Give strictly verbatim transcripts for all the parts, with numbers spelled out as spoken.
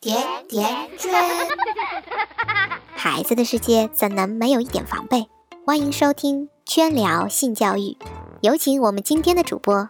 甜甜圈。孩子的世界怎能没有一点防备？欢迎收听圈聊性教育，有请我们今天的主播。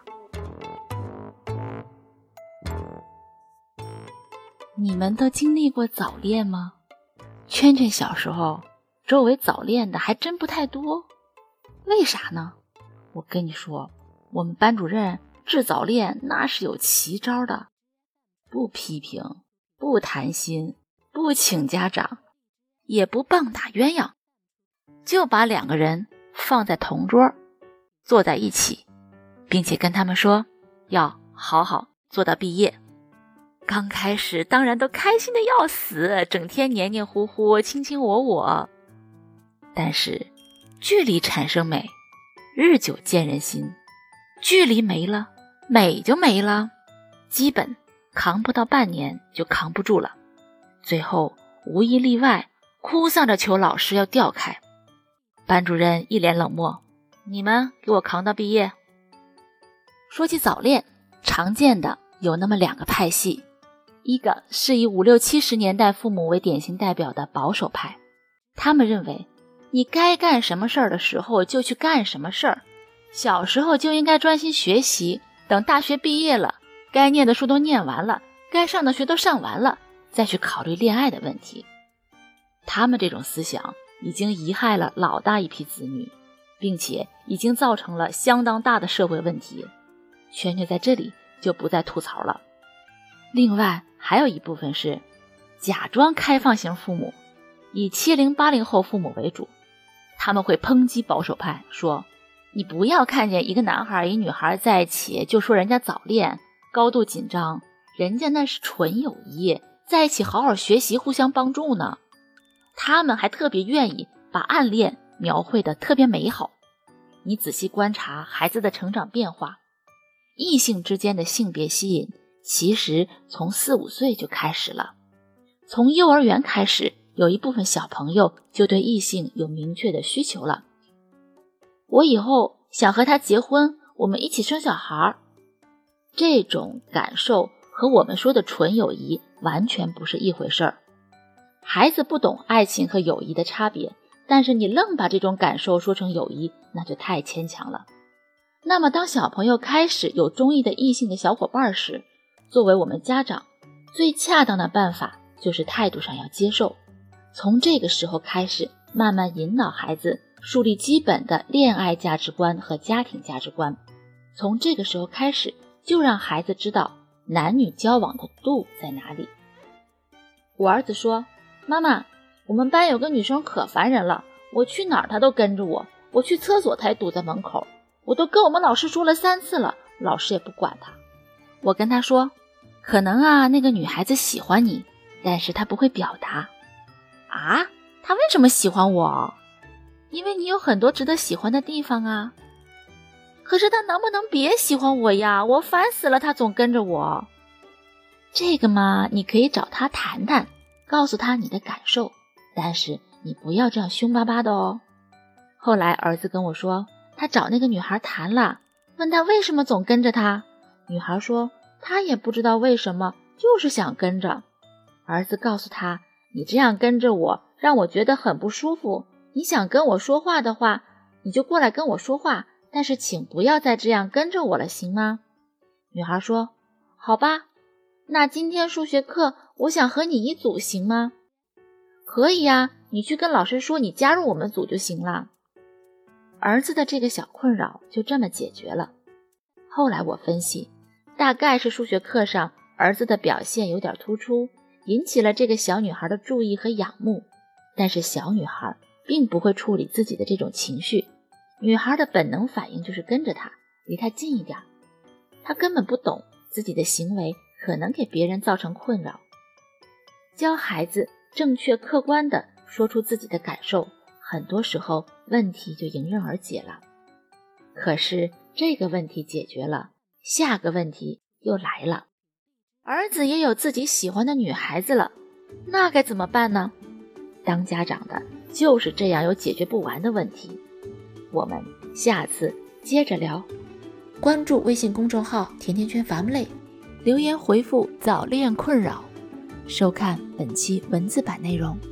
你们都经历过早恋吗？圈圈小时候周围早恋的还真不太多，为啥呢？我跟你说，我们班主任治早恋那是有奇招的，不批评，不谈心，不请家长，也不棒打鸳鸯，就把两个人放在同桌，坐在一起，并且跟他们说要好好做到毕业。刚开始当然都开心的要死，整天黏黏糊糊，卿卿我我。但是距离产生美，日久见人心，距离没了，美就没了，基本扛不到半年就扛不住了，最后无一例外哭丧着求老师要调开。班主任一脸冷漠，你们给我扛到毕业。说起早恋，常见的有那么两个派系，一个是以五六七十年代父母为典型代表的保守派，他们认为你该干什么事儿的时候就去干什么事儿，小时候就应该专心学习，等大学毕业了，该念的书都念完了，该上的学都上完了，再去考虑恋爱的问题。他们这种思想已经贻害了老大一批子女，并且已经造成了相当大的社会问题，圈圈在这里就不再吐槽了。另外还有一部分是假装开放型父母，以七零八零后父母为主，他们会抨击保守派，说你不要看见一个男孩一女孩在一起就说人家早恋，高度紧张，人家那是纯友谊，在一起好好学习，互相帮助呢。他们还特别愿意把暗恋描绘得特别美好。你仔细观察孩子的成长变化，异性之间的性别吸引其实从四五岁就开始了，从幼儿园开始，有一部分小朋友就对异性有明确的需求了。我以后想和他结婚，我们一起生小孩。这种感受和我们说的纯友谊完全不是一回事儿。孩子不懂爱情和友谊的差别，但是你愣把这种感受说成友谊，那就太牵强了。那么当小朋友开始有中意的异性的小伙伴时，作为我们家长，最恰当的办法就是态度上要接受，从这个时候开始慢慢引导孩子树立基本的恋爱价值观和家庭价值观，从这个时候开始就让孩子知道男女交往的度在哪里。我儿子说，妈妈，我们班有个女生可烦人了，我去哪儿她都跟着我，我去厕所她也堵在门口，我都跟我们老师说了三次了，老师也不管她。我跟他说，可能啊那个女孩子喜欢你，但是她不会表达。啊，她为什么喜欢我？因为你有很多值得喜欢的地方啊。可是她能不能别喜欢我呀？我烦死了，她总跟着我。这个嘛，你可以找她谈谈，告诉她你的感受，但是你不要这样凶巴巴的哦。后来儿子跟我说，他找那个女孩谈了，问她为什么总跟着他。女孩说，她也不知道为什么，就是想跟着。儿子告诉她，你这样跟着我，让我觉得很不舒服，你想跟我说话的话，你就过来跟我说话，但是请不要再这样跟着我了，行吗？女孩说，好吧，那今天数学课我想和你一组行吗？可以呀，你去跟老师说你加入我们组就行了。儿子的这个小困扰就这么解决了。后来我分析，大概是数学课上儿子的表现有点突出，引起了这个小女孩的注意和仰慕，但是小女孩并不会处理自己的这种情绪，女孩的本能反应就是跟着她，离她近一点。她根本不懂自己的行为可能给别人造成困扰。教孩子正确客观地说出自己的感受，很多时候问题就迎刃而解了。可是这个问题解决了，下个问题又来了。儿子也有自己喜欢的女孩子了，那该怎么办呢？当家长的就是这样有解决不完的问题。我们下次接着聊。 关注微信公众号甜甜圈 Family， 留言回复早恋困扰， 收看本期文字版内容。